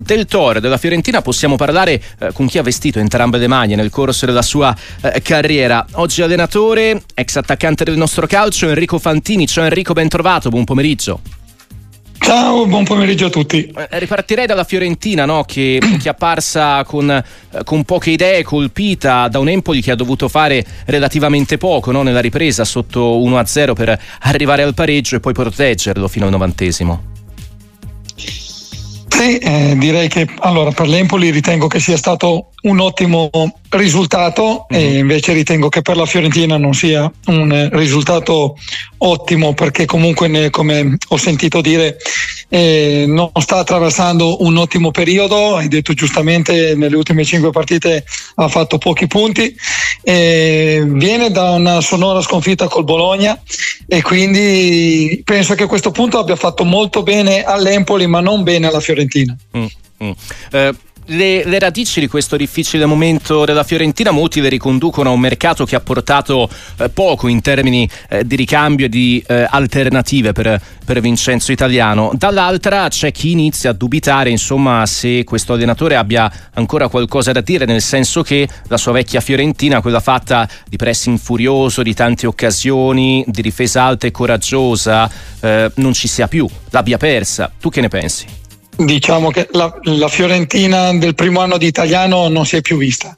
del Toro e della Fiorentina possiamo parlare con chi ha vestito entrambe le maglie nel corso della sua carriera. Oggi allenatore, ex attaccante del nostro calcio, Enrico Fantini. Ciao Enrico, ben trovato, buon pomeriggio. Ciao, buon pomeriggio a tutti. Ripartirei dalla Fiorentina, no? che è apparsa con poche idee, colpita da un Empoli che ha dovuto fare relativamente poco, no? Nella ripresa sotto 1-0 per arrivare al pareggio e poi proteggerlo fino al 90°. Sì, direi che allora per l'Empoli ritengo che sia stato un ottimo risultato e invece ritengo che per la Fiorentina non sia un risultato ottimo, perché comunque come ho sentito dire non sta attraversando un ottimo periodo. Hai detto giustamente, nelle ultime 5 partite ha fatto pochi punti, viene da una sonora sconfitta col Bologna e quindi penso che a questo punto abbia fatto molto bene all'Empoli ma non bene alla Fiorentina. Le radici di questo difficile momento della Fiorentina molti le riconducono a un mercato che ha portato poco in termini di ricambio e di alternative per Vincenzo Italiano. Dall'altra c'è chi inizia a dubitare, insomma, se questo allenatore abbia ancora qualcosa da dire, nel senso che la sua vecchia Fiorentina, quella fatta di pressing furioso, di tante occasioni, di difesa alta e coraggiosa, non ci sia più, l'abbia persa. Tu che ne pensi? Diciamo che la Fiorentina del primo anno di Italiano non si è più vista.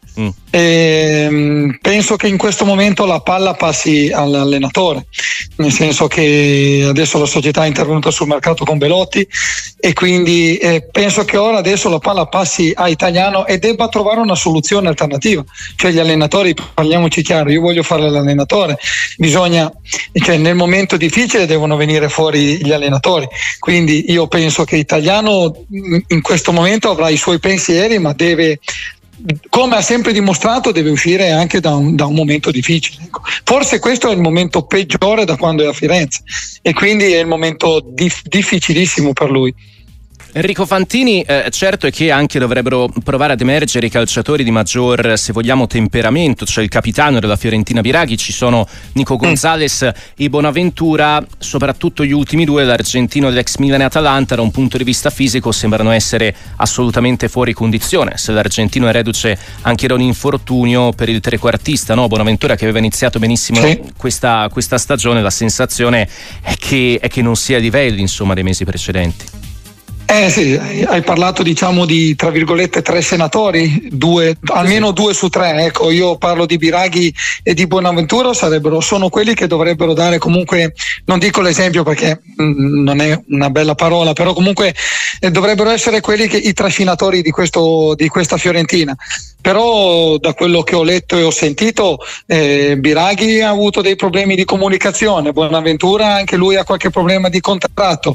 Penso che in questo momento la palla passi all'allenatore, nel senso che adesso la società è intervenuta sul mercato con Belotti e quindi penso che ora adesso la palla passi a Italiano e debba trovare una soluzione alternativa. Cioè gli allenatori, parliamoci chiaro, io voglio fare l'allenatore, nel momento difficile devono venire fuori gli allenatori, quindi io penso che Italiano in questo momento avrà i suoi pensieri, ma deve, come ha sempre dimostrato, deve uscire anche da un momento difficile. Forse questo è il momento peggiore da quando è a Firenze e quindi è il momento difficilissimo per lui. Enrico Fantini, certo è che anche dovrebbero provare ad emergere i calciatori di maggior, se vogliamo, temperamento, cioè il capitano della Fiorentina Biraghi, ci sono Nico Gonzalez e Bonaventura, soprattutto gli ultimi due, l'argentino dell'ex Milan e Atalanta, da un punto di vista fisico sembrano essere assolutamente fuori condizione, se l'argentino è reduce anche da un infortunio per il trequartista, no? Bonaventura, che aveva iniziato benissimo questa stagione, la sensazione è che non sia a livelli, insomma, dei mesi precedenti. Sì, hai parlato di tra virgolette 3 senatori, almeno 2 su 3, ecco, io parlo di Biraghi e di Bonaventura, sono quelli che dovrebbero dare comunque, non dico l'esempio perché non è una bella parola, però comunque dovrebbero essere quelli i trascinatori di questa Fiorentina. Però da quello che ho letto e ho sentito, Biraghi ha avuto dei problemi di comunicazione, Bonaventura anche lui ha qualche problema di contratto,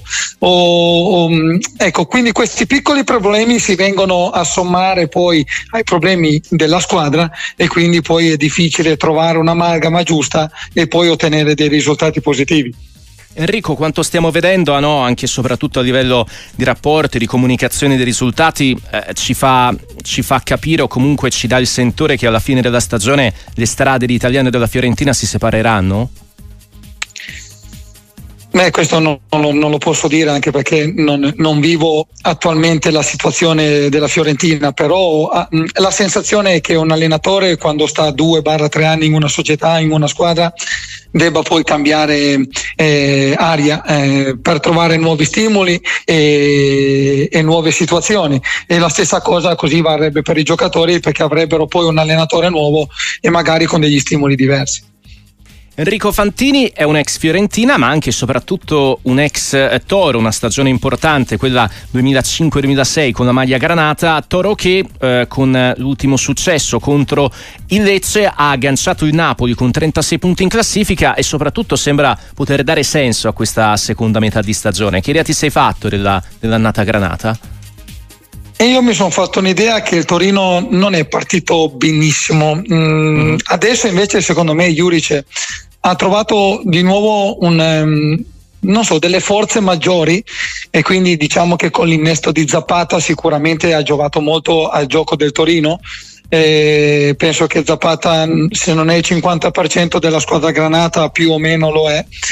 ecco, quindi questi piccoli problemi si vengono a sommare poi ai problemi della squadra e quindi poi è difficile trovare un'amalgama giusta e poi ottenere dei risultati positivi. Enrico, quanto stiamo vedendo, anche e soprattutto a livello di rapporti, di comunicazione dei risultati, ci fa capire, o comunque ci dà il sentore che alla fine della stagione le strade di Italiano e della Fiorentina si separeranno? Questo non lo posso dire, anche perché non vivo attualmente la situazione della Fiorentina, però la sensazione è che un allenatore, quando sta 2-3 anni in una società, in una squadra, debba poi cambiare aria per trovare nuovi stimoli e nuove situazioni, e la stessa cosa così varrebbe per i giocatori, perché avrebbero poi un allenatore nuovo e magari con degli stimoli diversi. Enrico Fantini è un ex Fiorentina, ma anche e soprattutto un ex Toro, una stagione importante, quella 2005-2006 con la maglia granata. Toro che con l'ultimo successo contro il Lecce ha agganciato il Napoli con 36 punti in classifica e soprattutto sembra poter dare senso a questa seconda metà di stagione. Che idea ti sei fatto dell'annata granata? E io mi sono fatto un'idea che il Torino non è partito benissimo. Adesso invece secondo me Juric ha trovato di nuovo delle forze maggiori, e quindi diciamo che con l'innesto di Zapata sicuramente ha giovato molto al gioco del Torino. Penso che Zapata, se non è il 50% della squadra granata, più o meno lo è,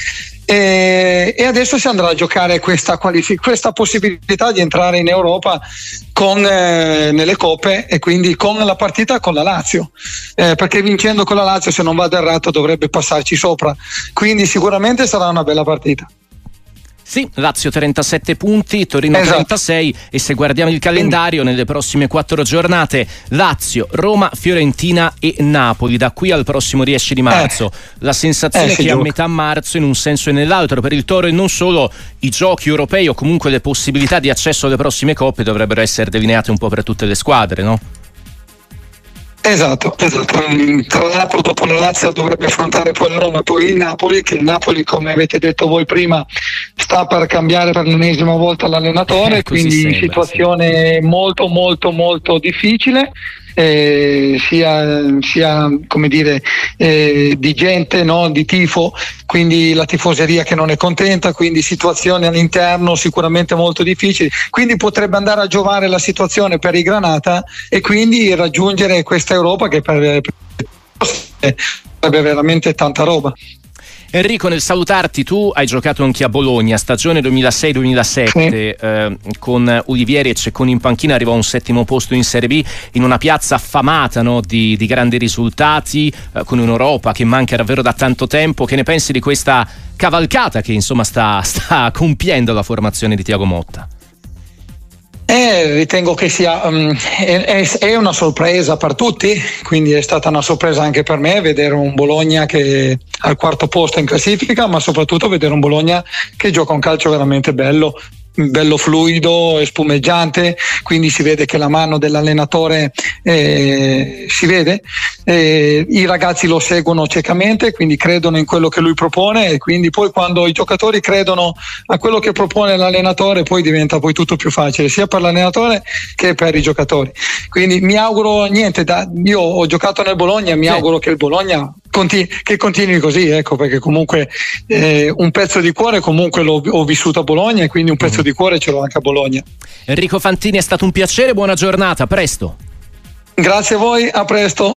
e adesso si andrà a giocare questa possibilità di entrare in Europa nelle coppe, e quindi con la partita con la Lazio, perché vincendo con la Lazio, se non vado errato, dovrebbe passarci sopra, quindi sicuramente sarà una bella partita. Sì, Lazio 37 punti, Torino 36, e se guardiamo il calendario, nelle prossime 4 giornate Lazio, Roma, Fiorentina e Napoli, da qui al prossimo 10 di marzo. La sensazione è che a metà marzo, in un senso e nell'altro, per il Toro, e non solo, i giochi europei o comunque le possibilità di accesso alle prossime coppe dovrebbero essere delineate un po' per tutte le squadre, no? Esatto. Tra l'altro dopo la Lazio dovrebbe affrontare poi la Roma, poi il Napoli, che il Napoli, come avete detto voi prima, sta per cambiare per l'ennesima volta l'allenatore, quindi sembra, situazione molto molto molto difficile. Sia come dire, di gente, no? Di tifo, quindi la tifoseria che non è contenta, quindi situazione all'interno sicuramente molto difficili, quindi potrebbe andare a giovare la situazione per i Granata e quindi raggiungere questa Europa che sarebbe veramente tanta roba. Enrico, nel salutarti, tu hai giocato anche a Bologna, stagione 2006-2007, con Olivieri e Cecconi in panchina, arrivò a un 7° posto in Serie B, in una piazza affamata, no, di grandi risultati, con un'Europa che manca davvero da tanto tempo. Che ne pensi di questa cavalcata che insomma sta compiendo la formazione di Thiago Motta? Ritengo che sia è una sorpresa per tutti, quindi è stata una sorpresa anche per me vedere un Bologna che è al 4° posto in classifica, ma soprattutto vedere un Bologna che gioca un calcio veramente bello fluido e spumeggiante, quindi si vede che la mano dell'allenatore si vede, i ragazzi lo seguono ciecamente, quindi credono in quello che lui propone, e quindi poi quando i giocatori credono a quello che propone l'allenatore, poi diventa poi tutto più facile sia per l'allenatore che per i giocatori. Quindi mi auguro io ho giocato nel Bologna, mi auguro che il Bologna che continui così, ecco, perché comunque un pezzo di cuore comunque ho vissuto a Bologna, e quindi un pezzo di cuore ce l'ho anche a Bologna. Enrico Fantini, è stato un piacere, buona giornata, a presto. Grazie a voi, a presto.